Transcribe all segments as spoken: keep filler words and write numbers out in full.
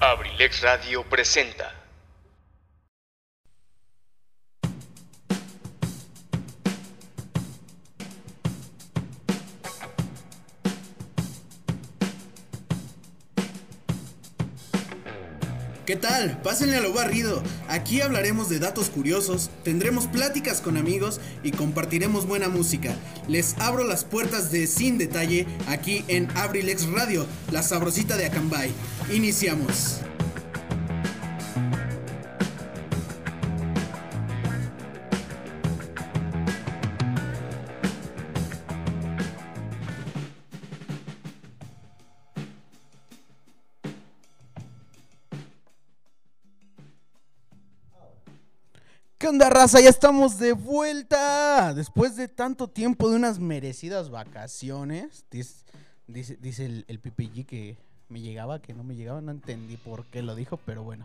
Abrilex Radio presenta. ¿Qué tal? Pásenle a lo barrido. Aquí hablaremos de datos curiosos, tendremos pláticas con amigos y compartiremos buena música. Les abro las puertas de Sin Detalle aquí en Abrilex Radio, la sabrosita de Acambay. Iniciamos. ¿Qué onda, raza? Ya estamos de vuelta. Después de tanto tiempo de unas merecidas vacaciones. Dice, dice, dice el, el P P G que me llegaba, que no me llegaba. No entendí por qué lo dijo, pero bueno.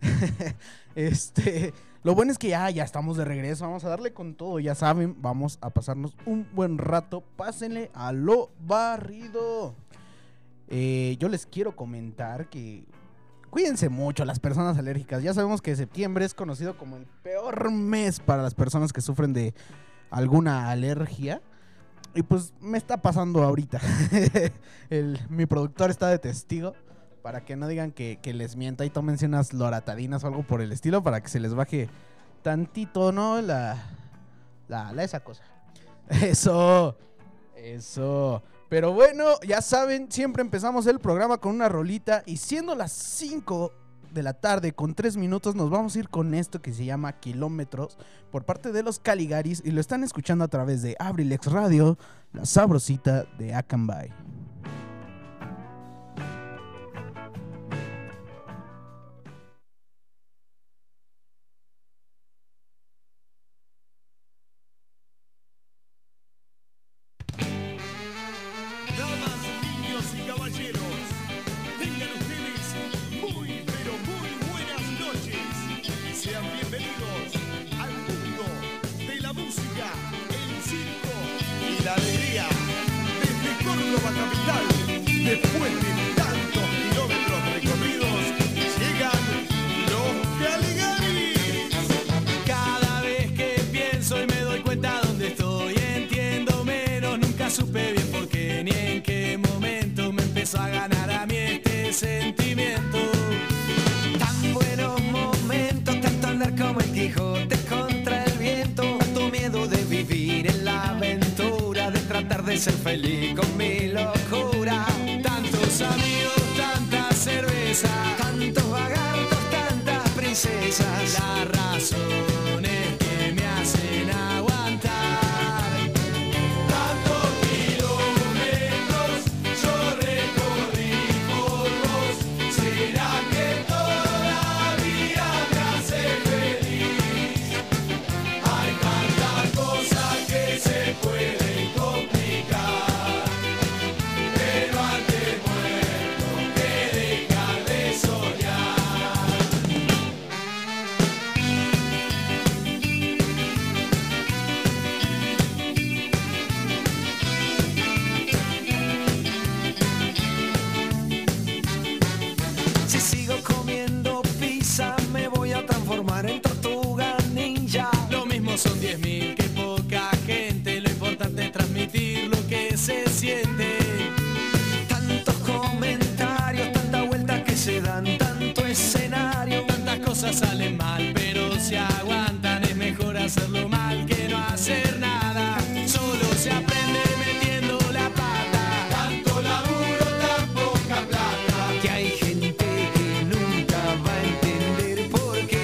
este, lo bueno es que ya, ya estamos de regreso. Vamos a darle con todo, ya saben. Vamos a pasarnos un buen rato. Pásenle a lo barrido. Eh, yo les quiero comentar que... Cuídense mucho las personas alérgicas. Ya sabemos que septiembre es conocido como el peor mes para las personas que sufren de alguna alergia. Y pues me está pasando ahorita. el, mi productor está de testigo. Para que no digan que, que les mienta y tómense unas loratadinas o algo por el estilo. Para que se les baje tantito, ¿no? La, la, la esa cosa. Eso. Eso. Pero bueno, ya saben, siempre empezamos el programa con una rolita. Y siendo las cinco de la tarde con tres minutos, nos vamos a ir con esto que se llama Kilómetros, por parte de los Caligaris. Y lo están escuchando a través de Abrilex Radio, la sabrosita de Acambay. Después de tantos kilómetros recorridos, llegan los Caligaris. Cada vez que pienso y me doy cuenta dónde estoy, entiendo menos, nunca supe bien por qué ni en qué momento me empezó a ganar a mí este sentimiento. Tan buenos momentos, tanto andar como el Quijote contra el viento, tanto miedo de vivir en la aventura, de tratar de ser feliz con mi locura. Tantos amigos, tanta cerveza, tantos vagartos, tantas princesas, las razones que me hacen aguantar. Tantos kilómetros yo recorrí por vos, ¿será que todavía me hace feliz? Hay tantas cosas que se pueden complicar. En tortuga ninja. Lo mismo son diez mil que poca gente. Lo importante es transmitir lo que se siente. Tantos comentarios, tanta vuelta que se dan, tanto escenario, tantas cosas salen mal, pero si aguantan es mejor hacerlo mal que no hacer nada. Solo se aprende metiendo la pata. Tanto laburo, tan poca plata, que hay gente que nunca va a entender por qué.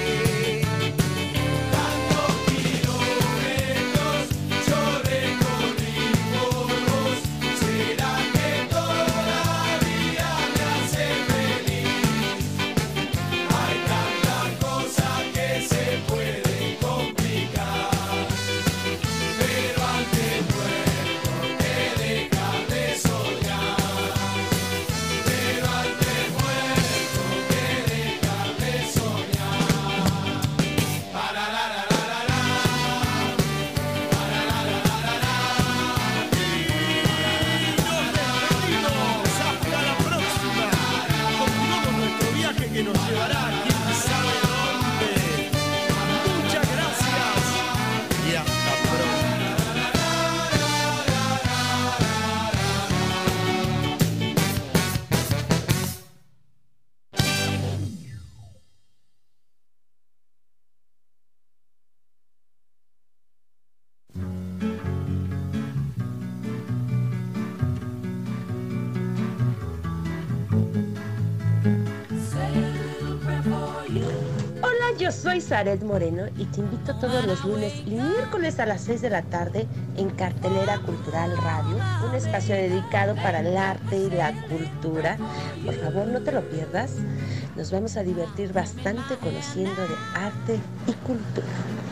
yo soy Zaret Moreno y te invito todos los lunes y miércoles a las seis de la tarde en Cartelera Cultural Radio, un espacio dedicado para el arte y la cultura. Por favor, no te lo pierdas. Nos vamos a divertir bastante conociendo de arte y cultura.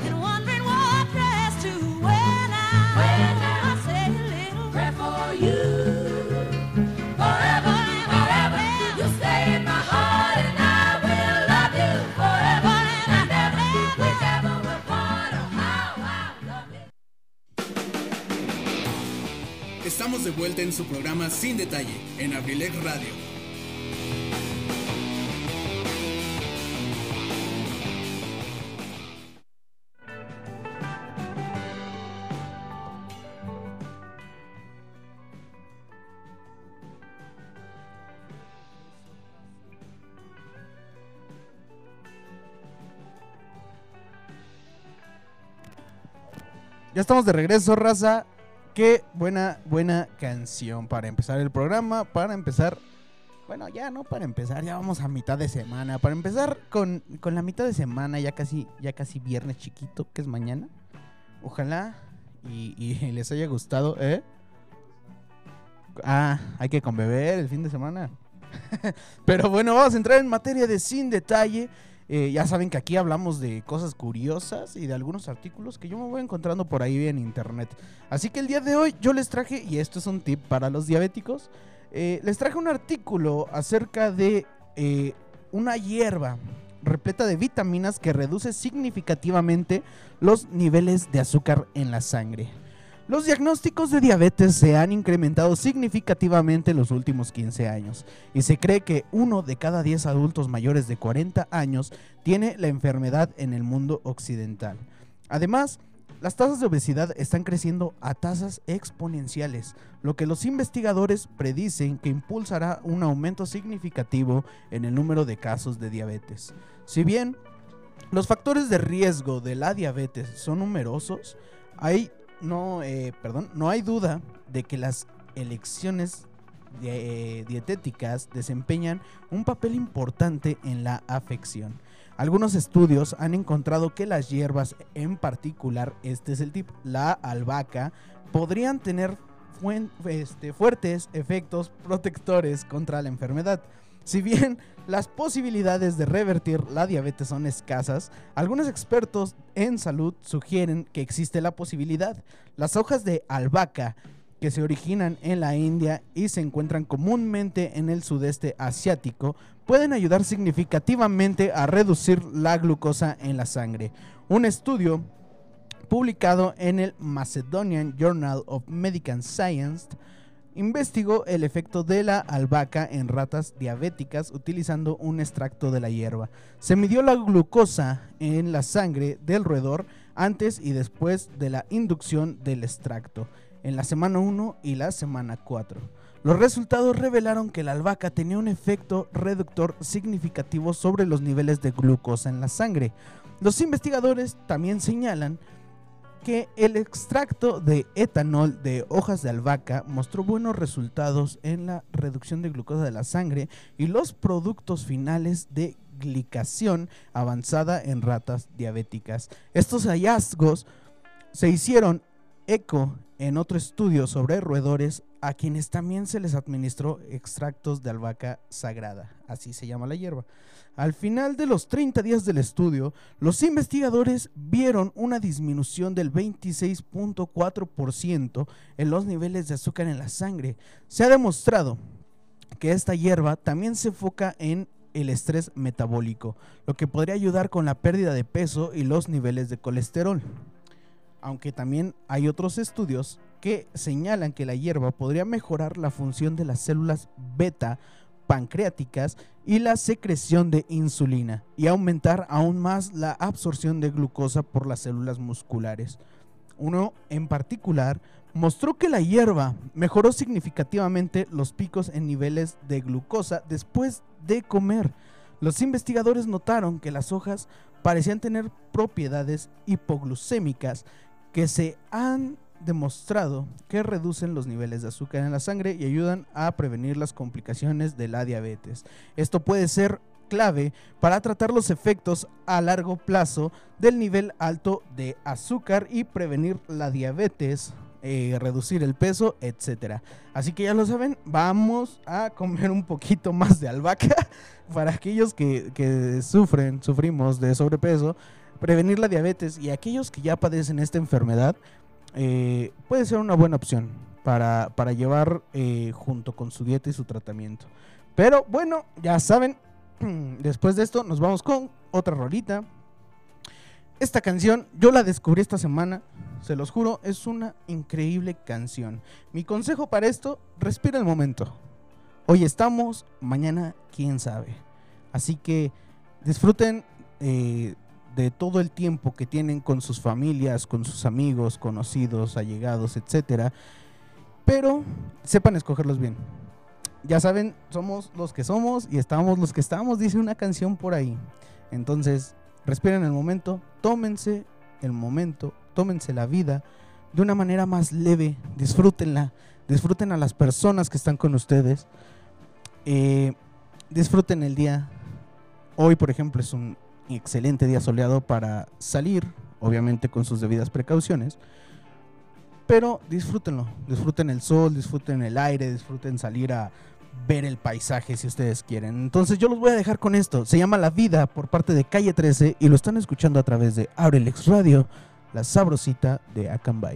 Estamos de vuelta en su programa Sin Detalle, en Abrilex Radio. Ya estamos de regreso, raza. Qué buena, buena canción para empezar el programa, para empezar, bueno, ya no para empezar, ya vamos a mitad de semana, para empezar con, con la mitad de semana, ya casi, ya casi viernes chiquito, que es mañana. Ojalá y, y les haya gustado, ¿eh? Ah, hay que conbeber el fin de semana. Pero bueno, vamos a entrar en materia de Sin Detalle. Eh, ya saben que aquí hablamos de cosas curiosas y de algunos artículos que yo me voy encontrando por ahí en internet. Así que el día de hoy yo les traje, y esto es un tip para los diabéticos, eh, les traje un artículo acerca de eh, una hierba repleta de vitaminas que reduce significativamente los niveles de azúcar en la sangre. Los diagnósticos de diabetes se han incrementado significativamente en los últimos quince años y se cree que uno de cada diez adultos mayores de cuarenta años tiene la enfermedad en el mundo occidental. Además, las tasas de obesidad están creciendo a tasas exponenciales, lo que los investigadores predicen que impulsará un aumento significativo en el número de casos de diabetes. Si bien los factores de riesgo de la diabetes son numerosos, hay No, eh, perdón, no hay duda de que las elecciones de, eh, dietéticas desempeñan un papel importante en la afección. Algunos estudios han encontrado que las hierbas, en particular, este es el tip, la albahaca, podrían tener fuen, este, fuertes efectos protectores contra la enfermedad. Si bien las posibilidades de revertir la diabetes son escasas, algunos expertos en salud sugieren que existe la posibilidad. Las hojas de albahaca, que se originan en la India y se encuentran comúnmente en el sudeste asiático, pueden ayudar significativamente a reducir la glucosa en la sangre. Un estudio publicado en el Macedonian Journal of Medical Science investigó el efecto de la albahaca en ratas diabéticas utilizando un extracto de la hierba. Se midió la glucosa en la sangre del roedor antes y después de la inducción del extracto, en la semana uno y la semana cuatro. Los resultados revelaron que la albahaca tenía un efecto reductor significativo sobre los niveles de glucosa en la sangre. Los investigadores también señalan que el extracto de etanol de hojas de albahaca mostró buenos resultados en la reducción de glucosa de la sangre y los productos finales de glicación avanzada en ratas diabéticas. Estos hallazgos se hicieron eco en otro estudio sobre roedores a quienes también se les administró extractos de albahaca sagrada, así se llama la hierba. Al final de los treinta días del estudio, los investigadores vieron una disminución del veintiséis punto cuatro por ciento en los niveles de azúcar en la sangre. Se ha demostrado que esta hierba también se enfoca en el estrés metabólico, lo que podría ayudar con la pérdida de peso y los niveles de colesterol. Aunque también hay otros estudios que señalan que la hierba podría mejorar la función de las células beta pancreáticas y la secreción de insulina y aumentar aún más la absorción de glucosa por las células musculares. Uno en particular mostró que la hierba mejoró significativamente los picos en niveles de glucosa después de comer. Los investigadores notaron que las hojas parecían tener propiedades hipoglucémicas que se han demostrado que reducen los niveles de azúcar en la sangre y ayudan a prevenir las complicaciones de la diabetes. Esto puede ser clave para tratar los efectos a largo plazo del nivel alto de azúcar y prevenir la diabetes, eh, reducir el peso, etcétera. Así que ya lo saben, vamos a comer un poquito más de albahaca para aquellos que, que sufren, sufrimos de sobrepeso, prevenir la diabetes, y aquellos que ya padecen esta enfermedad, eh, puede ser una buena opción para, para llevar eh, junto con su dieta y su tratamiento. Pero bueno, ya saben, después de esto nos vamos con otra rolita. Esta canción yo la descubrí esta semana, se los juro, es una increíble canción. Mi consejo para esto: respira el momento. Hoy estamos, mañana quién sabe. Así que disfruten eh, de todo el tiempo que tienen con sus familias, con sus amigos, conocidos, allegados, etcétera. Pero sepan escogerlos bien. Ya saben, somos los que somos y estamos los que estamos, dice una canción por ahí. Entonces, respiren el momento, tómense el momento, tómense la vida de una manera más leve, disfrútenla, disfruten a las personas que están con ustedes, eh, disfruten el día. Hoy, por ejemplo, es un excelente día soleado para salir, obviamente con sus debidas precauciones, pero disfrútenlo, disfruten el sol, disfruten el aire, disfruten salir a ver el paisaje si ustedes quieren. Entonces yo los voy a dejar con esto, se llama La Vida por parte de Calle trece y lo están escuchando a través de Aurelex Radio, la sabrosita de Acambay.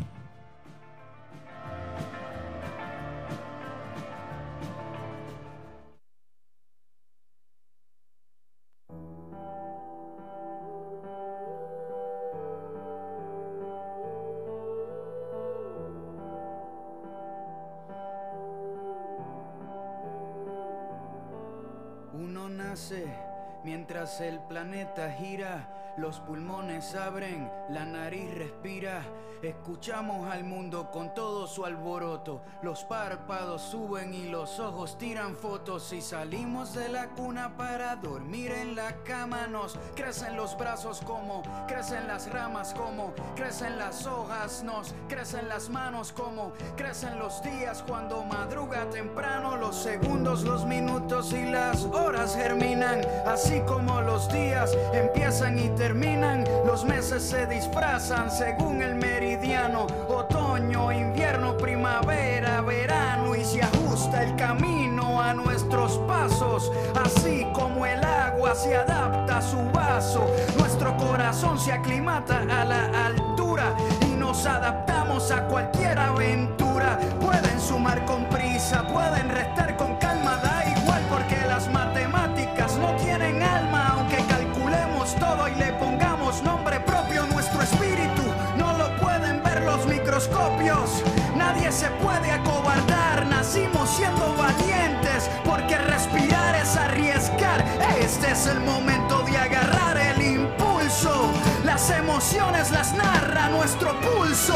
Uno nace mientras el planeta gira, los pulmones abren, la nariz respira. Escuchamos al mundo con todo su alboroto, los párpados suben y los ojos tiran fotos. Y salimos de la cuna para dormir en la cama, nos crecen los brazos como crecen las ramas, como crecen las hojas, nos crecen las manos, como crecen los días cuando madruga temprano. Los segundos, los minutos y las horas germinan, así como los días empiezan y terminan. Los meses se disfrazan según el meridiano, otoño, invierno, primavera, verano, y se ajusta el camino a nuestros pasos, así como el agua se adapta a su vaso. Nuestro corazón se aclimata a la altura y nos adaptamos a cualquier aventura. Pueden sumar con prisa, pueden restar con calma, da igual porque las matemáticas no tienen alma. Aunque calculemos todo y le pongamos nombre propio, nuestro espíritu no lo pueden ver los microscopios. Nadie se puede acobardar, nacimos siendo valientes, porque respirar es arriesgar. Este es el momento de agarrar el impulso, las emociones las narra nuestro pulso.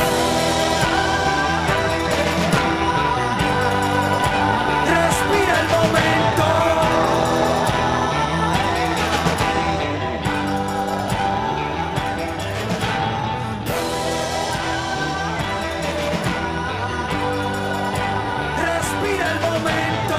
Respira el momento. Respira el momento.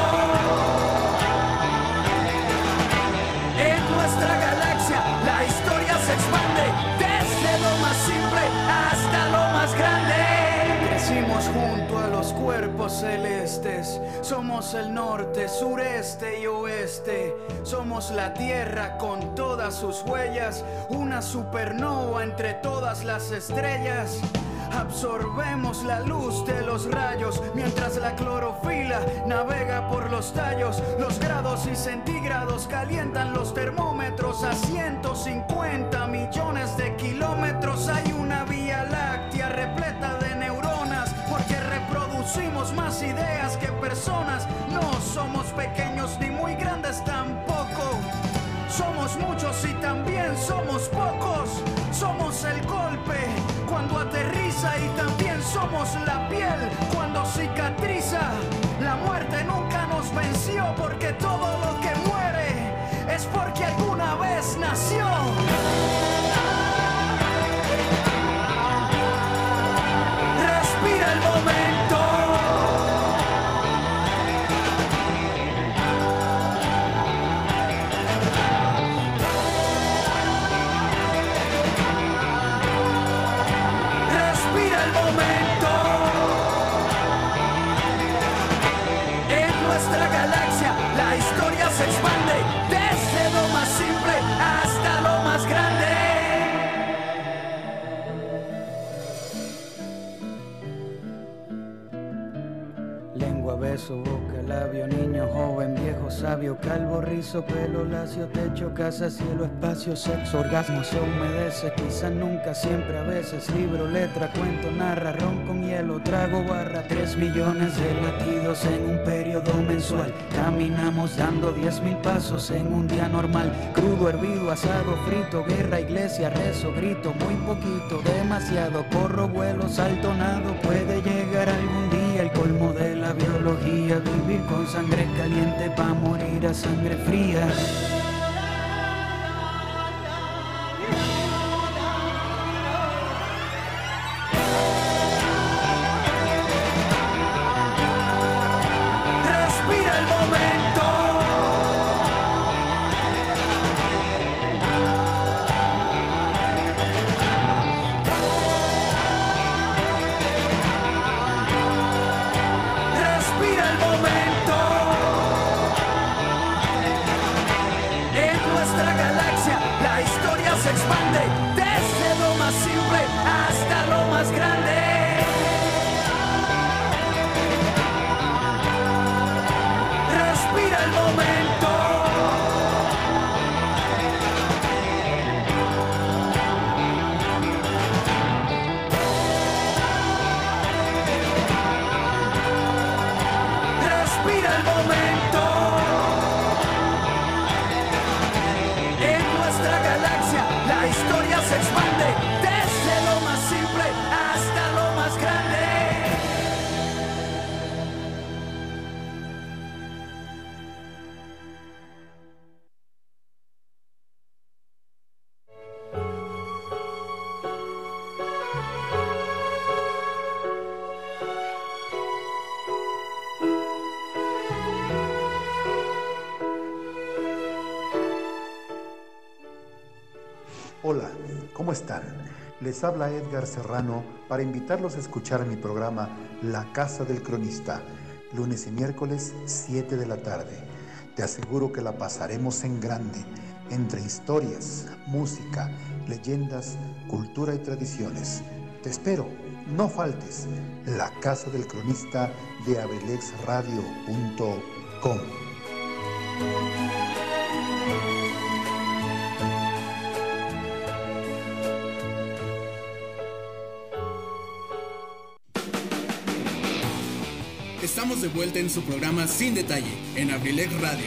En nuestra galaxia la historia se expande, desde lo más simple hasta lo más grande. Crecimos junto a los cuerpos celestes, somos el norte, sureste y oeste. Somos la tierra con todas sus huellas, una supernova entre todas las estrellas. Absorbemos la luz de los rayos mientras la clorofila navega por los tallos. Los grados y centígrados calientan los termómetros a ciento cincuenta millones de kilómetros. Hay una vía láctea repleta de neuronas, porque reproducimos más ideas que personas. No somos pequeños ni muy grandes tampoco. Somos muchos y también somos pocos. Somos el golpe cuando aterriza y también somos la piel cuando cicatriza. La muerte nunca nos venció, porque todo lo que muere es porque alguna vez nació. Respira el momento. labio calvo, rizo, pelo lacio, techo, casa, cielo, espacio, sexo, orgasmo, se humedece, quizás nunca, siempre, a veces, libro, letra, cuento, narra, ron con hielo, trago, barra, tres millones de latidos en un periodo mensual, caminamos dando diez mil pasos en un día normal, crudo, hervido, asado, frito, guerra, iglesia, rezo, grito, muy poquito, demasiado, corro, vuelo, salto, nado, puede llegar algún día el colmo de la biología, vivir con sangre caliente pa' morir a sangre fría. Respira el momento. Respira el momento. En nuestra galaxia la historia se expande desde lo más simple hasta lo más grande. Respira el momento. Respira el momento. En nuestra galaxia la historia se expande desde lo más simple hasta lo más grande. Hola, ¿cómo están? Les habla Edgar Serrano para invitarlos a escuchar mi programa La Casa del Cronista, lunes y miércoles, siete de la tarde. Te aseguro que la pasaremos en grande, entre historias, música, leyendas, cultura y tradiciones. Te espero, no faltes. La Casa del Cronista de abrileix radio punto com. Estamos de vuelta en su programa Sin Detalle, en abrileix Radio.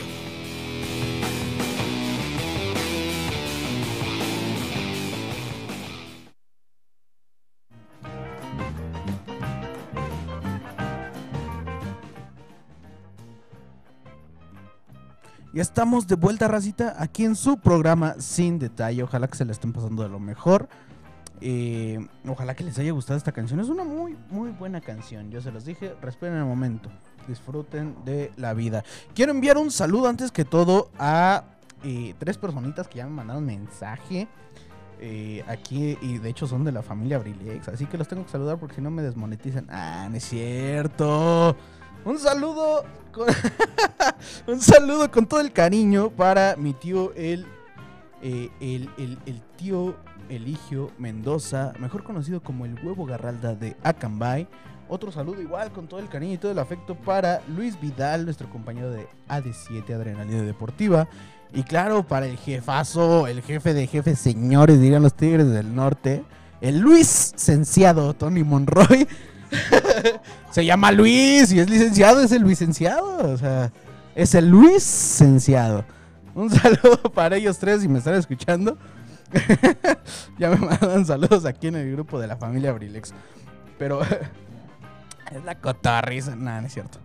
Ya estamos de vuelta, racita, aquí en su programa Sin Detalle. Ojalá que se la estén pasando de lo mejor. Eh, ojalá que les haya gustado esta canción. Es una muy, muy buena canción. Yo se los dije, respiren el momento. Disfruten de la vida. Quiero enviar un saludo antes que todo a eh, tres personitas que ya me mandaron mensaje eh, aquí, y de hecho son de la familia Abrileix. Así que los tengo que saludar porque si no me desmonetizan. Ah, no es cierto. Un saludo con un saludo con todo el cariño para mi tío el, eh, el, el, el tío Eligio Mendoza, mejor conocido como el Huevo Garralda de Acambay. Otro saludo igual con todo el cariño y todo el afecto para Luis Vidal, nuestro compañero de A D siete Adrenalina Deportiva. Y claro, para el jefazo, el jefe de jefes, señores, dirían los Tigres del Norte, el Luis Cenciado, Tony Monroy. Se llama Luis y es licenciado, es el licenciado, o sea, es el Luis Cenciado. Un saludo para ellos tres si me están escuchando. Ya me mandan saludos aquí en el grupo de la familia Abrileix. Pero es la cotorriza, nada, no es cierto.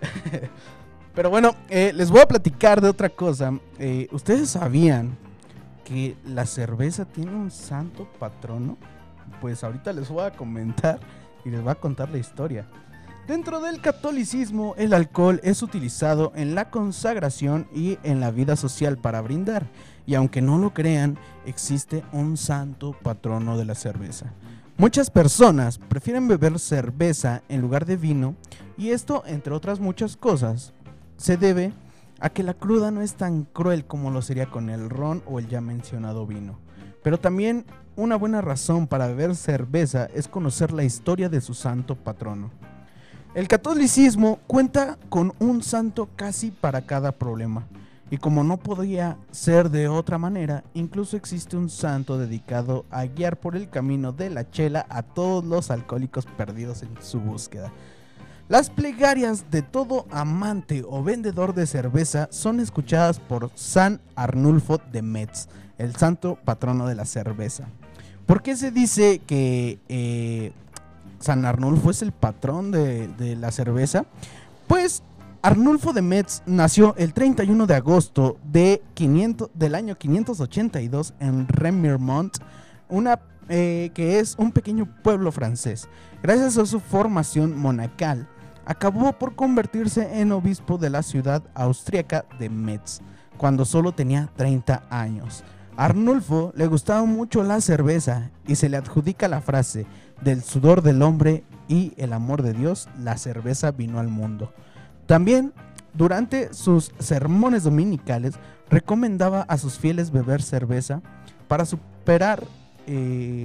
Pero bueno, eh, les voy a platicar de otra cosa. eh, ¿Ustedes sabían que la cerveza tiene un santo patrono? Pues ahorita les voy a comentar y les voy a contar la historia. Dentro del catolicismo, el alcohol es utilizado en la consagración y en la vida social para brindar. Y aunque no lo crean, existe un santo patrono de la cerveza. Muchas personas prefieren beber cerveza en lugar de vino, y esto, entre otras muchas cosas, se debe a que la cruda no es tan cruel como lo sería con el ron o el ya mencionado vino. Pero también una buena razón para beber cerveza es conocer la historia de su santo patrono. El catolicismo cuenta con un santo casi para cada problema. Y como no podía ser de otra manera, incluso existe un santo dedicado a guiar por el camino de la chela a todos los alcohólicos perdidos en su búsqueda. Las plegarias de todo amante o vendedor de cerveza son escuchadas por San Arnulfo de Metz, el santo patrono de la cerveza. ¿Por qué se dice que eh, San Arnulfo es el patrón de, de la cerveza? Pues Arnulfo de Metz nació el treinta y uno de agosto de quinientos, del año quinientos ochenta y dos en Remiremont, una, eh, que es un pequeño pueblo francés. Gracias a su formación monacal, acabó por convertirse en obispo de la ciudad austríaca de Metz, cuando solo tenía treinta años. A Arnulfo le gustaba mucho la cerveza y se le adjudica la frase: del sudor del hombre y el amor de Dios, la cerveza vino al mundo. También, durante sus sermones dominicales, recomendaba a sus fieles beber cerveza para superar eh,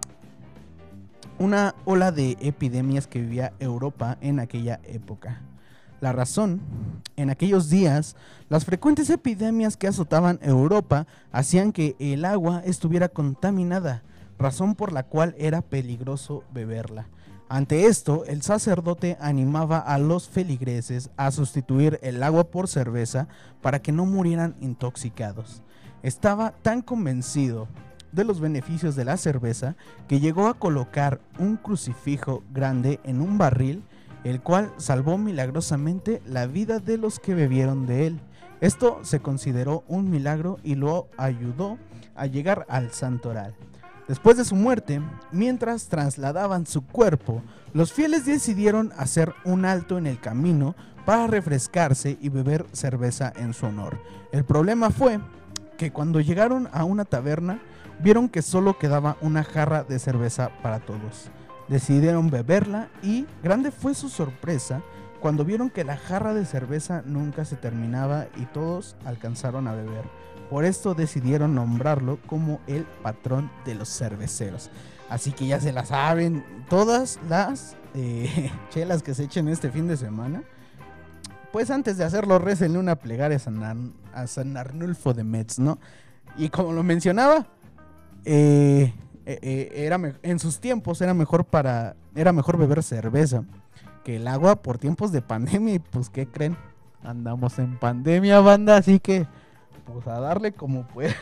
una ola de epidemias que vivía Europa en aquella época. La razón, en aquellos días, las frecuentes epidemias que azotaban Europa hacían que el agua estuviera contaminada, razón por la cual era peligroso beberla. Ante esto, el sacerdote animaba a los feligreses a sustituir el agua por cerveza para que no murieran intoxicados. Estaba tan convencido de los beneficios de la cerveza que llegó a colocar un crucifijo grande en un barril, el cual salvó milagrosamente la vida de los que bebieron de él. Esto se consideró un milagro y lo ayudó a llegar al santoral. Después de su muerte, mientras trasladaban su cuerpo, los fieles decidieron hacer un alto en el camino para refrescarse y beber cerveza en su honor. El problema fue que cuando llegaron a una taberna, vieron que solo quedaba una jarra de cerveza para todos. Decidieron beberla y grande fue su sorpresa cuando vieron que la jarra de cerveza nunca se terminaba y todos alcanzaron a beber. Por esto decidieron nombrarlo como el patrón de los cerveceros. Así que ya se la saben, todas las eh, chelas que se echen este fin de semana, pues antes de hacerlo récenle una plegaria a San, Ar a San Arnulfo de Metz, ¿no? Y como lo mencionaba, eh, eh, eh, era en sus tiempos era mejor para era mejor beber cerveza que el agua por tiempos de pandemia. Y pues, ¿qué creen? Andamos en pandemia, banda, así que pues a darle como puedan.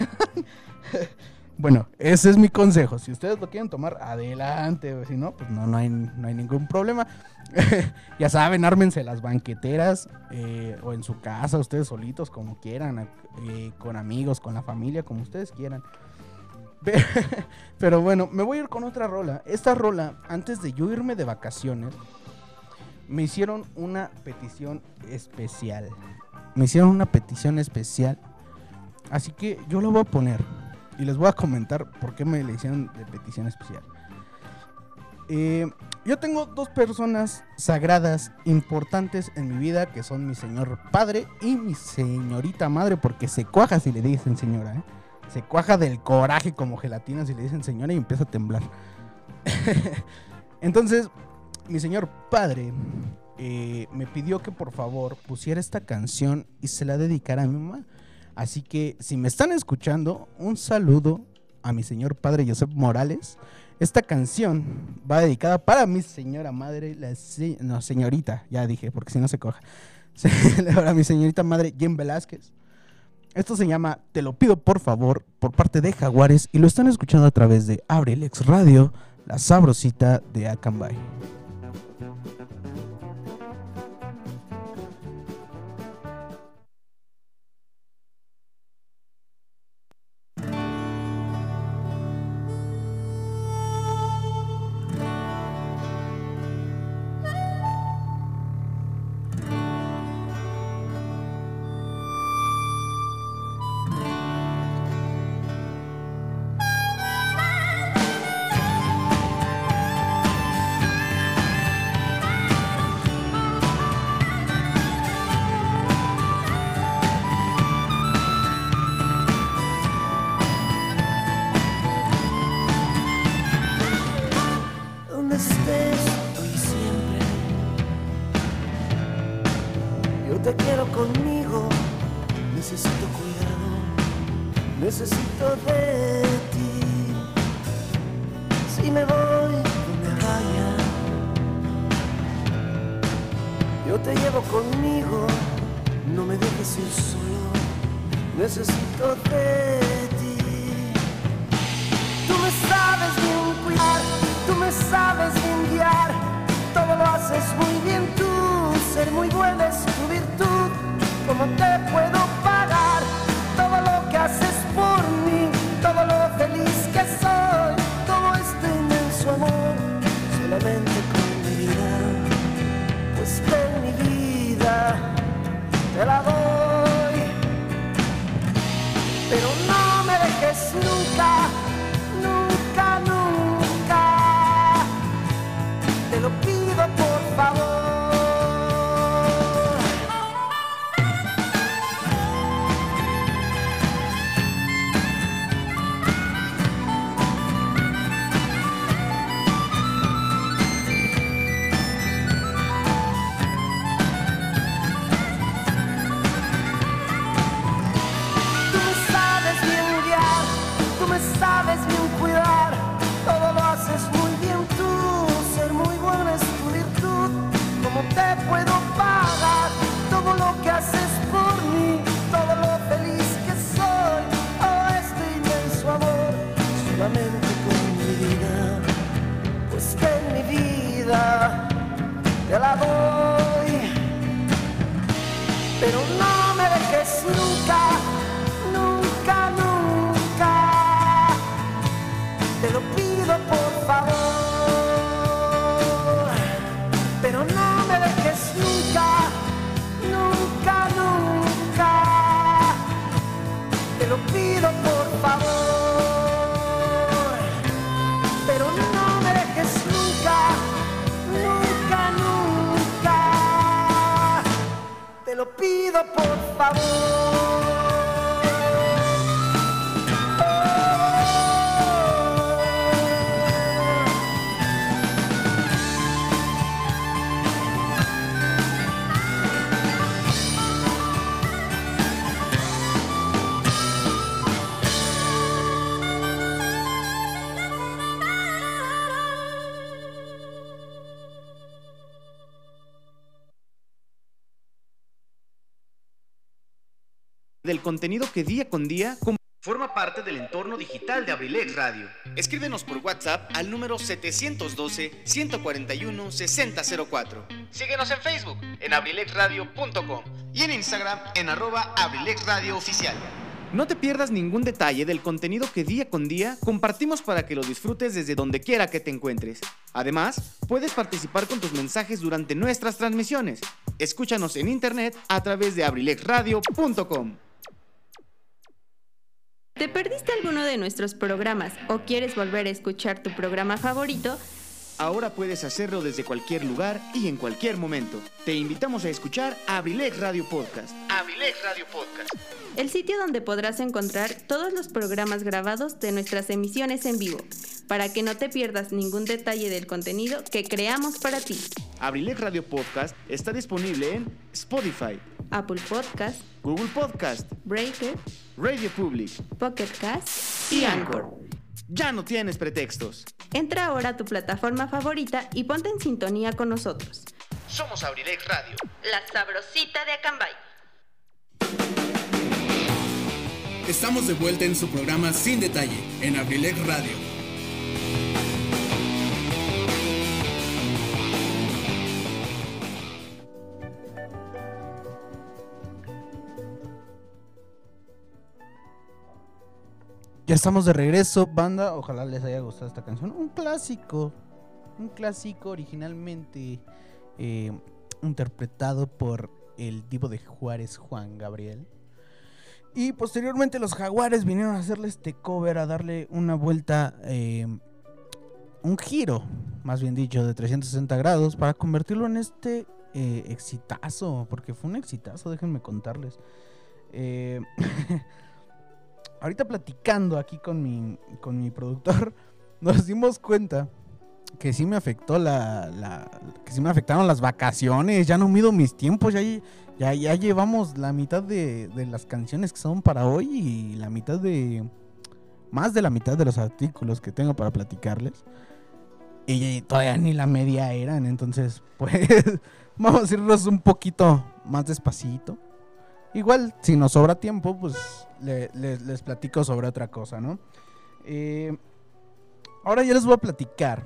Bueno, ese es mi consejo. Si ustedes lo quieren tomar, adelante. Si no, pues no, no, hay, no hay ningún problema. Ya saben, ármense las banqueteras eh, o en su casa, ustedes solitos, como quieran, eh, con amigos, con la familia, como ustedes quieran. Pero, pero bueno, me voy a ir con otra rola. Esta rola, antes de yo irme de vacaciones, me hicieron una petición especial. Me hicieron una petición especial. Así que yo la voy a poner y les voy a comentar por qué me le hicieron de petición especial. Eh, yo tengo dos personas sagradas, importantes en mi vida, que son mi señor padre y mi señorita madre, porque se cuaja si le dicen señora, ¿eh? Se cuaja del coraje como gelatina si le dicen señora y empieza a temblar. Entonces, mi señor padre eh, me pidió que por favor pusiera esta canción y se la dedicara a mi mamá. Así que si me están escuchando, un saludo a mi señor padre Josep Morales. Esta canción va dedicada para mi señora madre, la se no, señorita, ya dije, porque si no se coja. Para mi señorita madre Jen Velázquez. Esto se llama Te lo pido por favor, por parte de Jaguares, y lo están escuchando a través de Abrilex Radio, la sabrosita de Acambay. Thank necesito de ti. Si me voy donde vaya, yo te llevo conmigo, no me dejes ir solo, necesito de ti. Tú me sabes bien cuidar, tú me sabes bien guiar, todo lo haces muy bien tú, ser muy buena es tu virtud, ¿cómo te puedo pagar todo lo que haces por mí, todo lo feliz que soy, todo este inmenso amor, solamente con mi vida, pues ven mi vida, te la doy, pero no me dejes nunca, nunca, nunca, te lo pido por favor. Sabes bien cuidar, todo lo haces muy bien tú, ser muy buena es tu virtud, ¿cómo te puedo pagar todo lo que haces por mí, todo lo feliz que soy, oh este inmenso amor, solamente con mi vida, pues que en mi vida te la doy, pero no me dejes nunca, nunca, nunca. Te lo pido por favor, pero no me dejes nunca, nunca, nunca. Te lo pido por favor, pero no me dejes nunca, nunca, nunca. Te lo pido por favor. Del contenido que día con día forma parte del entorno digital de Abrilex Radio. Escríbenos por WhatsApp al número setecientos doce, ciento cuarenta y uno, sesenta cero cuatro. Síguenos en Facebook en abrilex radio punto com y en Instagram en arroba abrilexradiooficial. No te pierdas ningún detalle del contenido que día con día compartimos para que lo disfrutes desde donde quiera que te encuentres. Además, puedes participar con tus mensajes durante nuestras transmisiones. Escúchanos en internet a través de abrilex radio punto com. ¿Te perdiste alguno de nuestros programas o quieres volver a escuchar tu programa favorito? Ahora puedes hacerlo desde cualquier lugar y en cualquier momento. Te invitamos a escuchar Abrilex Radio Podcast. Abrilex Radio Podcast. El sitio donde podrás encontrar todos los programas grabados de nuestras emisiones en vivo, para que no te pierdas ningún detalle del contenido que creamos para ti. Abrilex Radio Podcast está disponible en Spotify, Apple Podcast, Google Podcast, Breaker, Radio Public, Pocket Cast y Anchor. Ya no tienes pretextos. Entra ahora a tu plataforma favorita y ponte en sintonía con nosotros. Somos Abrilex Radio, la sabrosita de Acambay. Estamos de vuelta en su programa Sin Detalle, en Abrilex Radio. Ya estamos de regreso, banda. Ojalá les haya gustado esta canción. Un clásico. Un clásico originalmente eh, interpretado por el divo de Juárez, Juan Gabriel. Y posteriormente los Jaguares vinieron a hacerle este cover, a darle una vuelta, eh, un giro, más bien dicho, de trescientos sesenta grados para convertirlo en este eh, exitazo. Porque fue un exitazo, déjenme contarles. Eh... Ahorita platicando aquí con mi, con mi productor, nos dimos cuenta que sí me afectó la, la que sí me afectaron las vacaciones. Ya no mido mis tiempos, ya, Ya, ya llevamos la mitad de, de las canciones que son para hoy y la mitad de... Más de la mitad de los artículos que tengo para platicarles. Y todavía ni la media eran, entonces pues vamos a irnos un poquito más despacito. Igual, si nos sobra tiempo, pues le, le, les platico sobre otra cosa, ¿no? Eh, ahora ya les voy a platicar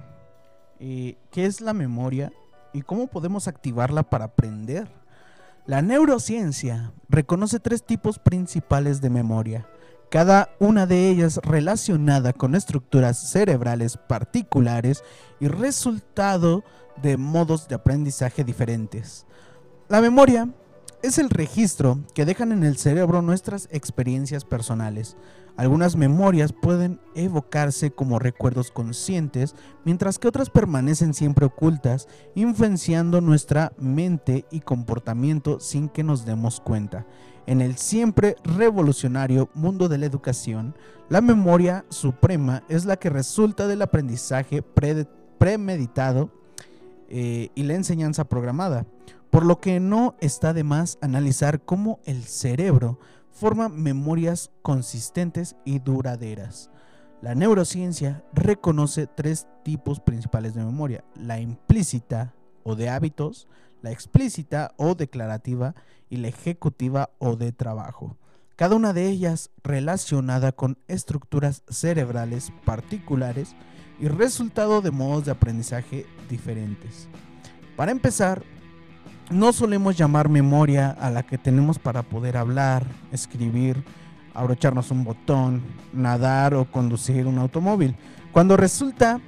eh, qué es la memoria y cómo podemos activarla para aprender. La neurociencia reconoce tres tipos principales de memoria, cada una de ellas relacionada con estructuras cerebrales particulares y resultado de modos de aprendizaje diferentes. La memoria es el registro que dejan en el cerebro nuestras experiencias personales. Algunas memorias pueden evocarse como recuerdos conscientes, mientras que otras permanecen siempre ocultas, influenciando nuestra mente y comportamiento sin que nos demos cuenta. En el siempre revolucionario mundo de la educación, la memoria suprema es la que resulta del aprendizaje pre- premeditado eh, y la enseñanza programada, por lo que no está de más analizar cómo el cerebro forma memorias consistentes y duraderas. La neurociencia reconoce tres tipos principales de memoria: la implícita o de hábitos, la explícita o declarativa y la ejecutiva o de trabajo. Cada una de ellas relacionada con estructuras cerebrales particulares y resultado de modos de aprendizaje diferentes. Para empezar, no solemos llamar memoria a la que tenemos para poder hablar, escribir, abrocharnos un botón, nadar o conducir un automóvil, cuando resulta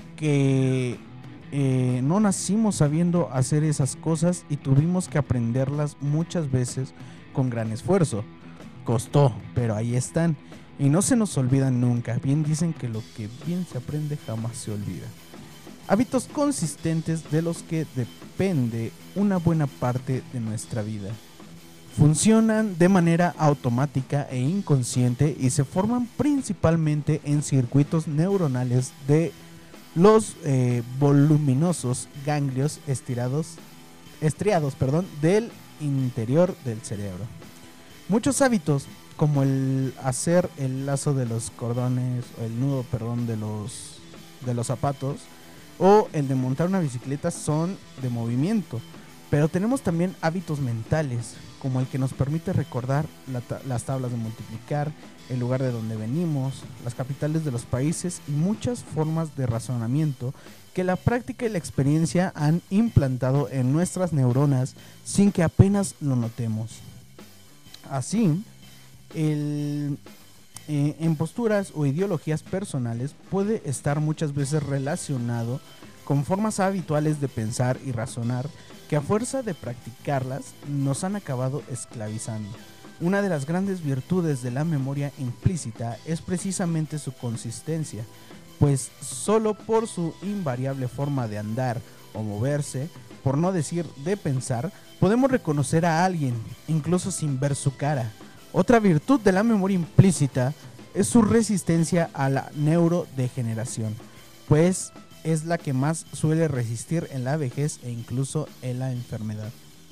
que eh, no nacimos sabiendo hacer esas cosas y tuvimos que aprenderlas muchas veces con gran esfuerzo. Costó, pero ahí están y no se nos olvidan nunca. Bien dicen que lo que bien se aprende jamás se olvida. Hábitos consistentes de los que depende una buena parte de nuestra vida. Funcionan de manera automática e inconsciente y se forman principalmente en circuitos neuronales de los eh, voluminosos ganglios estirados, estriados perdón, del interior del cerebro. Muchos hábitos, como el hacer el lazo de los cordones, o el nudo perdón, de los, de los zapatos, o el de montar una bicicleta, son de movimiento. Pero tenemos también hábitos mentales, como el que nos permite recordar la ta- las tablas de multiplicar, el lugar de donde venimos, las capitales de los países y muchas formas de razonamiento que la práctica y la experiencia han implantado en nuestras neuronas sin que apenas lo notemos. Así, el, eh, en posturas o ideologías personales puede estar muchas veces relacionado con formas habituales de pensar y razonar que a fuerza de practicarlas nos han acabado esclavizando. Una de las grandes virtudes de la memoria implícita es precisamente su consistencia, pues solo por su invariable forma de andar o moverse, por no decir de pensar, podemos reconocer a alguien, incluso sin ver su cara. Otra virtud de la memoria implícita es su resistencia a la neurodegeneración, pues es la que más suele resistir en la vejez e incluso en la enfermedad.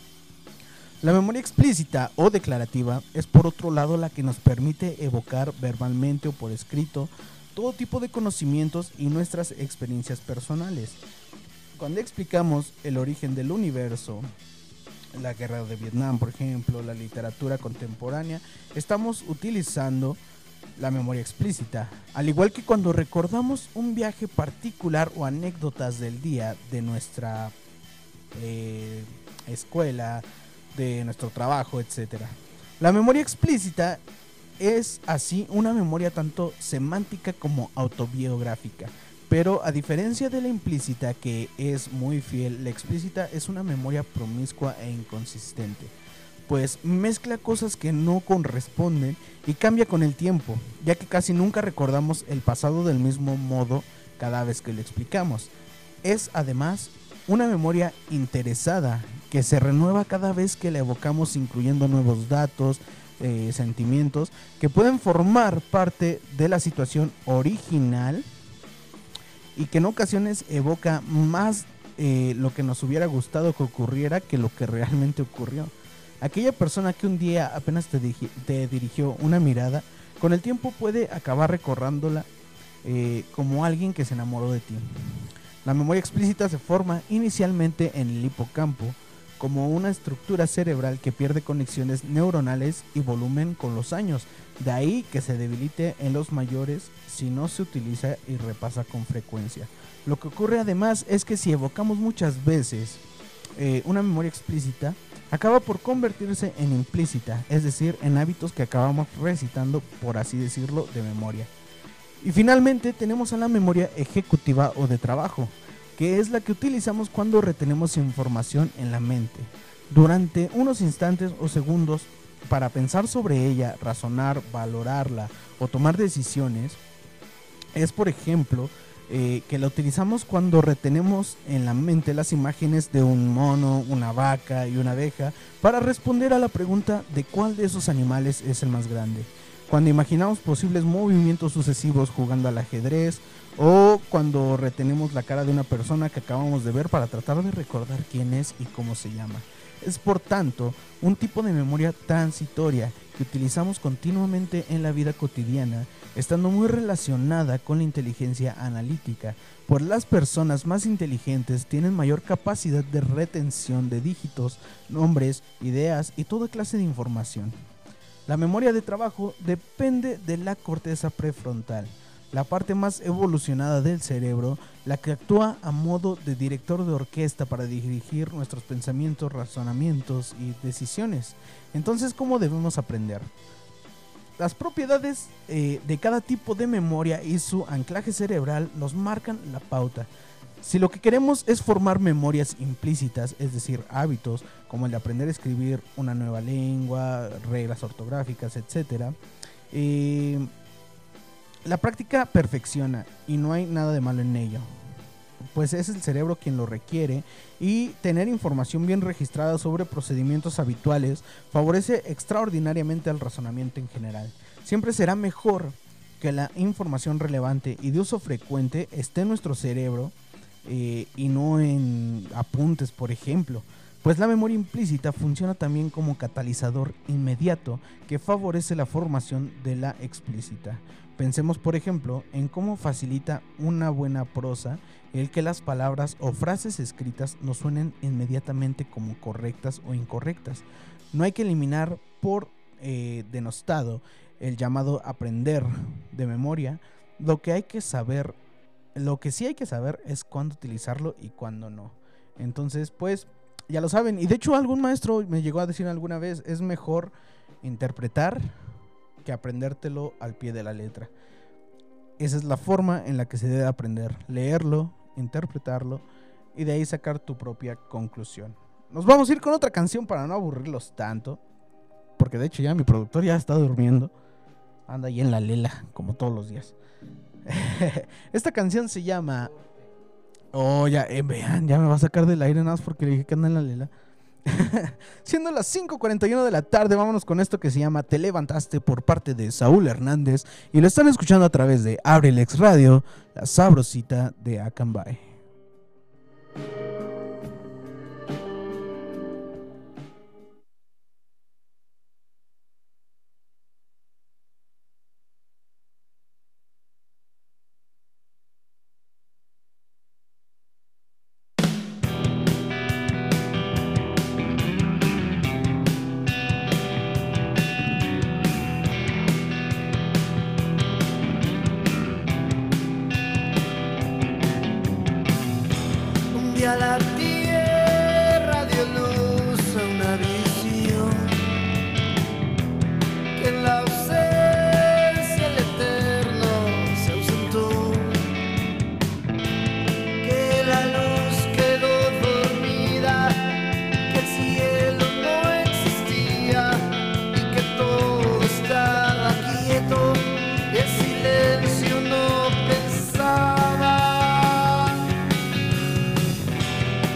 La memoria explícita o declarativa es por otro lado la que nos permite evocar verbalmente o por escrito todo tipo de conocimientos y nuestras experiencias personales. Cuando explicamos el origen del universo, la guerra de Vietnam, por ejemplo, la literatura contemporánea, estamos utilizando la memoria explícita, al igual que cuando recordamos un viaje particular o anécdotas del día de nuestra eh, escuela, de nuestro trabajo, etcétera. La memoria explícita es así una memoria tanto semántica como autobiográfica, pero a diferencia de la implícita, que es muy fiel, la explícita es una memoria promiscua e inconsistente, pues mezcla cosas que no corresponden y cambia con el tiempo, ya que casi nunca recordamos el pasado del mismo modo cada vez que lo explicamos. Es además una memoria interesada que se renueva cada vez que la evocamos, incluyendo nuevos datos, eh, sentimientos que pueden formar parte de la situación original y que en ocasiones evoca más eh, lo que nos hubiera gustado que ocurriera que lo que realmente ocurrió. Aquella persona que un día apenas te, digi- te dirigió una mirada, con el tiempo puede acabar recordándola eh, como alguien que se enamoró de ti. La memoria explícita se forma inicialmente en el hipocampo como una estructura cerebral que pierde conexiones neuronales y volumen con los años. De ahí que se debilite en los mayores si no se utiliza y repasa con frecuencia. Lo que ocurre además es que si evocamos muchas veces eh, una memoria explícita, acaba por convertirse en implícita, es decir, en hábitos que acabamos recitando, por así decirlo, de memoria. Y finalmente tenemos a la memoria ejecutiva o de trabajo, que es la que utilizamos cuando retenemos información en la mente durante unos instantes o segundos para pensar sobre ella, razonar, valorarla o tomar decisiones. Es, por ejemplo, eh, que la utilizamos cuando retenemos en la mente las imágenes de un mono, una vaca y una abeja para responder a la pregunta de cuál de esos animales es el más grande. Cuando imaginamos posibles movimientos sucesivos jugando al ajedrez, o cuando retenemos la cara de una persona que acabamos de ver para tratar de recordar quién es y cómo se llama. Es por tanto un tipo de memoria transitoria que utilizamos continuamente en la vida cotidiana, estando muy relacionada con la inteligencia analítica, pues las personas más inteligentes tienen mayor capacidad de retención de dígitos, nombres, ideas y toda clase de información. La memoria de trabajo depende de la corteza prefrontal, la parte más evolucionada del cerebro, la que actúa a modo de director de orquesta para dirigir nuestros pensamientos, razonamientos y decisiones. Entonces, ¿cómo debemos aprender? Las propiedades eh, de cada tipo de memoria y su anclaje cerebral nos marcan la pauta. Si lo que queremos es formar memorias implícitas, es decir, hábitos como el de aprender a escribir una nueva lengua, reglas ortográficas, etcétera, eh, la práctica perfecciona y no hay nada de malo en ello, pues es el cerebro quien lo requiere, y tener información bien registrada sobre procedimientos habituales favorece extraordinariamente al razonamiento en general. Siempre será mejor que la información relevante y de uso frecuente esté en nuestro cerebro eh, y no en apuntes, por ejemplo, pues la memoria implícita funciona también como catalizador inmediato que favorece la formación de la explícita. Pensemos, por ejemplo, en cómo facilita una buena prosa el que las palabras o frases escritas nos suenen inmediatamente como correctas o incorrectas. No hay que eliminar por eh, denostado el llamado aprender de memoria. Lo que hay que saber, lo que sí hay que saber es cuándo utilizarlo y cuándo no. Entonces, pues, ya lo saben. Y de hecho, algún maestro me llegó a decir alguna vez, es mejor interpretar que aprendértelo al pie de la letra. Esa es la forma en la que se debe aprender: leerlo, interpretarlo y de ahí sacar tu propia conclusión. Nos vamos a ir con otra canción para no aburrirlos tanto, porque de hecho ya mi productor ya está durmiendo, anda ahí en la lela como todos los días. Esta canción se llama oh ya, eh, vean, ya me va a sacar del aire nada más porque le dije que anda en la lela. Siendo las cinco cuarenta y uno de la tarde, vámonos con esto que se llama Te Levantaste, por parte de Saúl Hernández, y lo están escuchando a través de Abrilex Radio, la sabrosita de Acambay. A la tierra dio luz a una visión que en la ausencia el eterno se ausentó, que la luz quedó dormida, que el cielo no existía y que todo estaba quieto y el silencio no pensaba.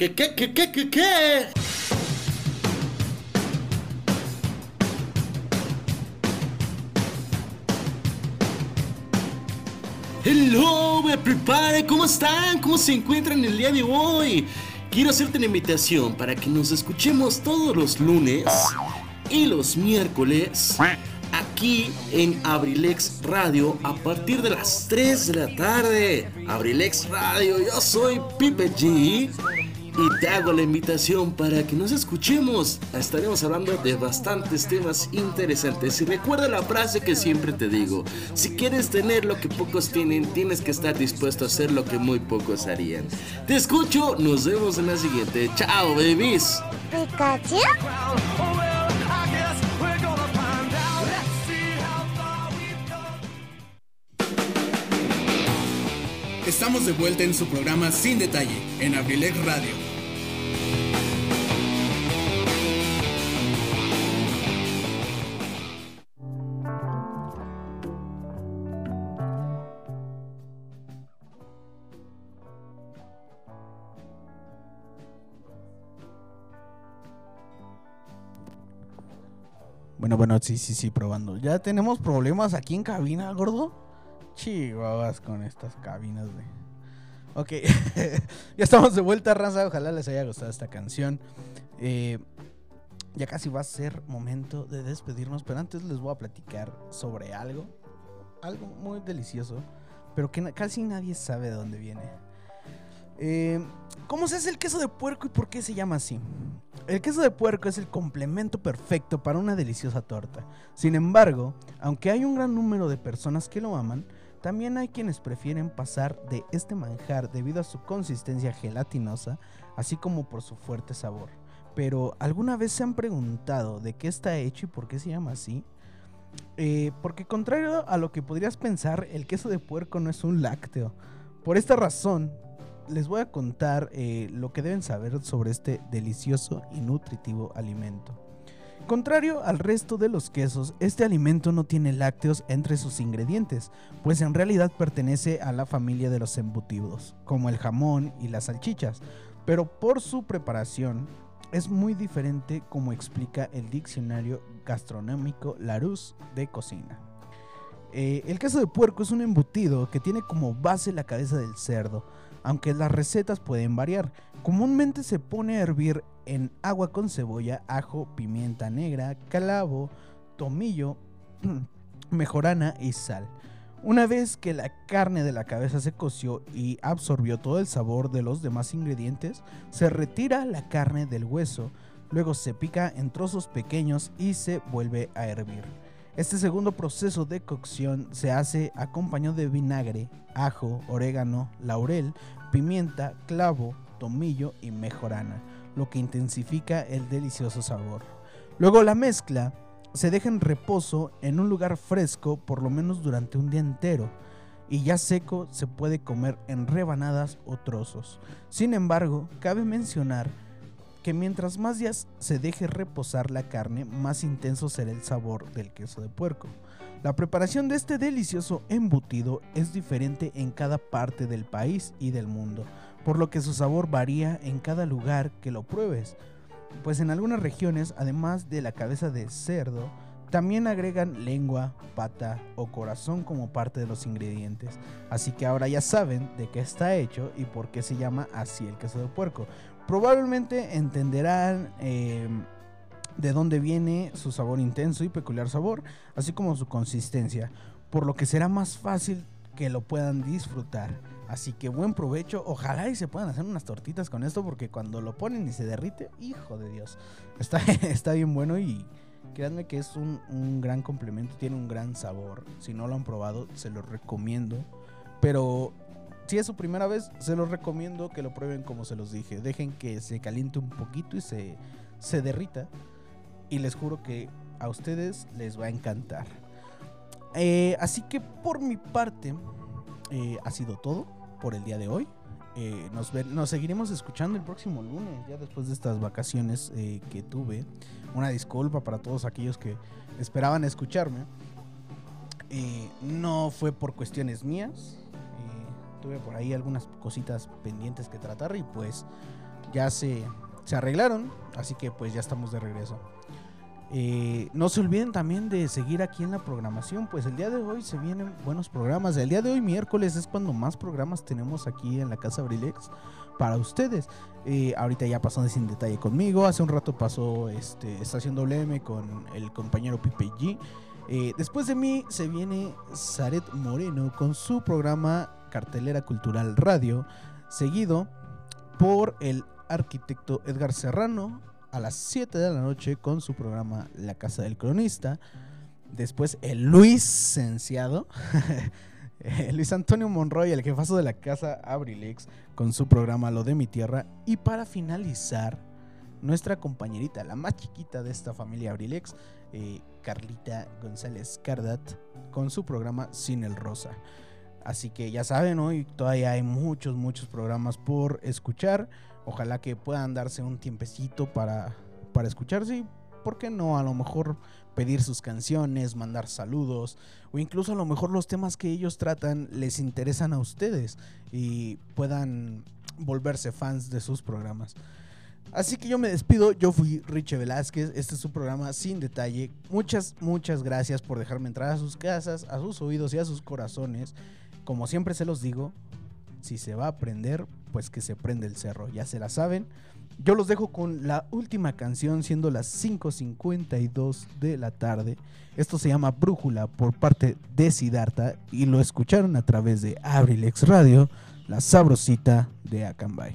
¿Qué, qué, qué, qué, qué, qué? Hello, me prepare, ¿cómo están? ¿Cómo se encuentran el día de hoy? Quiero hacerte una invitación para que nos escuchemos todos los lunes y los miércoles aquí en Abrilex Radio a partir de las tres de la tarde. Abrilex Radio, yo soy Pipe G y te hago la invitación para que nos escuchemos. Estaremos hablando de bastantes temas interesantes. Y recuerda la frase que siempre te digo: si quieres tener lo que pocos tienen, tienes que estar dispuesto a hacer lo que muy pocos harían. Te escucho, nos vemos en la siguiente. Chao, babies. Pikachu. Estamos de vuelta en su programa Sin Detalle, en Abrilex Radio. Bueno, bueno, sí, sí, sí, probando. Ya tenemos problemas aquí en cabina, gordo. Chihuahuas con estas cabinas, güey. Ok, ya estamos de vuelta, raza. Ojalá les haya gustado esta canción. eh, Ya casi va a ser momento de despedirnos, pero antes les voy a platicar sobre algo. Algo muy delicioso, pero que na- casi nadie sabe de dónde viene. eh, ¿Cómo se hace el queso de puerco y por qué se llama así? El queso de puerco es el complemento perfecto para una deliciosa torta. Sin embargo, aunque hay un gran número de personas que lo aman, también hay quienes prefieren pasar de este manjar debido a su consistencia gelatinosa, así como por su fuerte sabor. Pero, ¿alguna vez se han preguntado de qué está hecho y por qué se llama así? Eh, porque contrario a lo que podrías pensar, el queso de puerco no es un lácteo. Por esta razón, les voy a contar eh, lo que deben saber sobre este delicioso y nutritivo alimento. Contrario al resto de los quesos, este alimento no tiene lácteos entre sus ingredientes, pues en realidad pertenece a la familia de los embutidos, como el jamón y las salchichas, pero por su preparación es muy diferente, como explica el diccionario gastronómico Larousse de cocina. Eh, el queso de puerco es un embutido que tiene como base la cabeza del cerdo, aunque las recetas pueden variar. Comúnmente se pone a hervir en agua con cebolla, ajo, pimienta negra, clavo, tomillo, mejorana y sal. Una vez que la carne de la cabeza se coció y absorbió todo el sabor de los demás ingredientes, se retira la carne del hueso, luego se pica en trozos pequeños y se vuelve a hervir. Este segundo proceso de cocción se hace acompañado de vinagre, ajo, orégano, laurel, pimienta, clavo, tomillo y mejorana, lo que intensifica el delicioso sabor. Luego la mezcla se deja en reposo en un lugar fresco por lo menos durante un día entero, y ya seco se puede comer en rebanadas o trozos. Sin embargo, cabe mencionar que mientras más días se deje reposar la carne, más intenso será el sabor del queso de puerco. La preparación de este delicioso embutido es diferente en cada parte del país y del mundo, por lo que su sabor varía en cada lugar que lo pruebes, pues en algunas regiones, además de la cabeza de cerdo, también agregan lengua, pata o corazón como parte de los ingredientes. Así que ahora ya saben de qué está hecho y por qué se llama así el queso de puerco. Probablemente entenderán eh, de dónde viene su sabor intenso y peculiar sabor, así como su consistencia, por lo que será más fácil que lo puedan disfrutar. Así que buen provecho, ojalá y se puedan hacer unas tortitas con esto, porque cuando lo ponen y se derrite, hijo de Dios, está, está bien bueno y créanme que es un, un gran complemento, tiene un gran sabor. Si no lo han probado, se los recomiendo, pero si es su primera vez, se los recomiendo que lo prueben como se los dije. Dejen que se caliente un poquito y se, se derrita. Y les juro que a ustedes les va a encantar. Eh, así que por mi parte, eh, ha sido todo por el día de hoy. Eh, nos, ver, nos seguiremos escuchando el próximo lunes, ya después de estas vacaciones eh, que tuve. Una disculpa para todos aquellos que esperaban escucharme. Eh, no fue por cuestiones mías. Tuve por ahí algunas cositas pendientes que tratar y pues ya se, se arreglaron, así que pues ya estamos de regreso. Eh, no se olviden también de seguir aquí en la programación, pues el día de hoy se vienen buenos programas. El día de hoy, miércoles, es cuando más programas tenemos aquí en la Casa Abrilex para ustedes. Eh, ahorita ya pasó de Sin Detalle conmigo, hace un rato pasó este, Estación doble eme con el compañero Pipe G. Eh, después de mí se viene Zaret Moreno con su programa Cartelera Cultural Radio, seguido por el arquitecto Edgar Serrano a las siete de la noche con su programa La Casa del Cronista. Después el Luis Cenciado, Luis Antonio Monroy, el jefazo de la Casa Abrilex, con su programa Lo de mi Tierra. Y para finalizar, nuestra compañerita, la más chiquita de esta familia Abrilex, eh, Carlita González Cardat, con su programa Sin el Rosa. Así que ya saben, hoy todavía hay muchos, muchos programas por escuchar. Ojalá que puedan darse un tiempecito para, para escucharse y, ¿por qué no? A lo mejor pedir sus canciones, mandar saludos, o incluso a lo mejor los temas que ellos tratan les interesan a ustedes y puedan volverse fans de sus programas. Así que yo me despido, yo fui Richie Velázquez, este es su programa Sin Detalle. Muchas, muchas gracias por dejarme entrar a sus casas, a sus oídos y a sus corazones. Como siempre se los digo, si se va a prender, pues que se prende el cerro, ya se la saben. Yo los dejo con la última canción, siendo las cinco cincuenta y dos de la tarde. Esto se llama Brújula por parte de Siddhartha y lo escucharon a través de Abrilex Radio, la sabrosita de Acambay.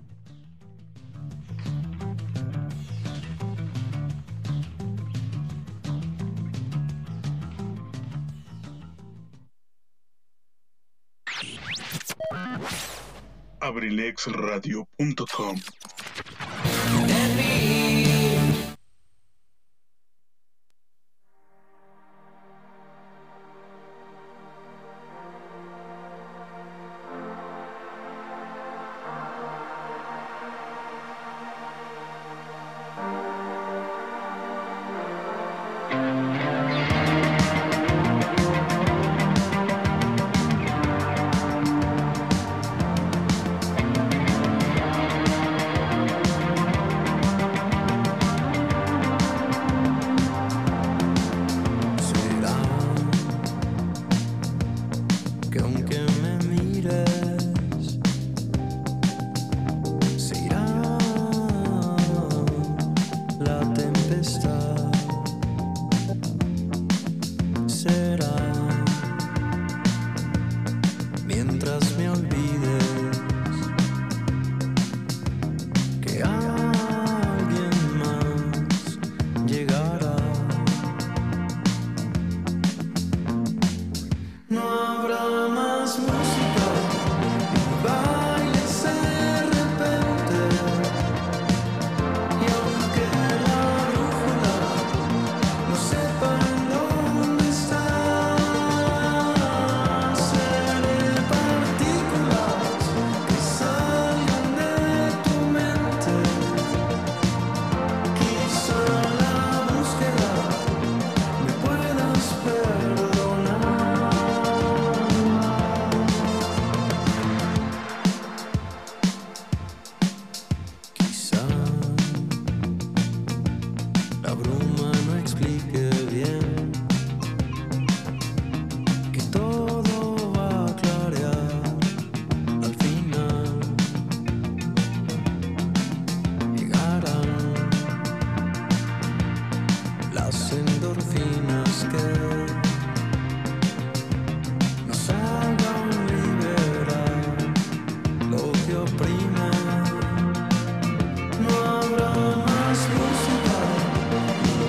Abrilex Radio punto com. No habrá más música.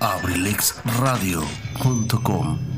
abrilexradio punto com.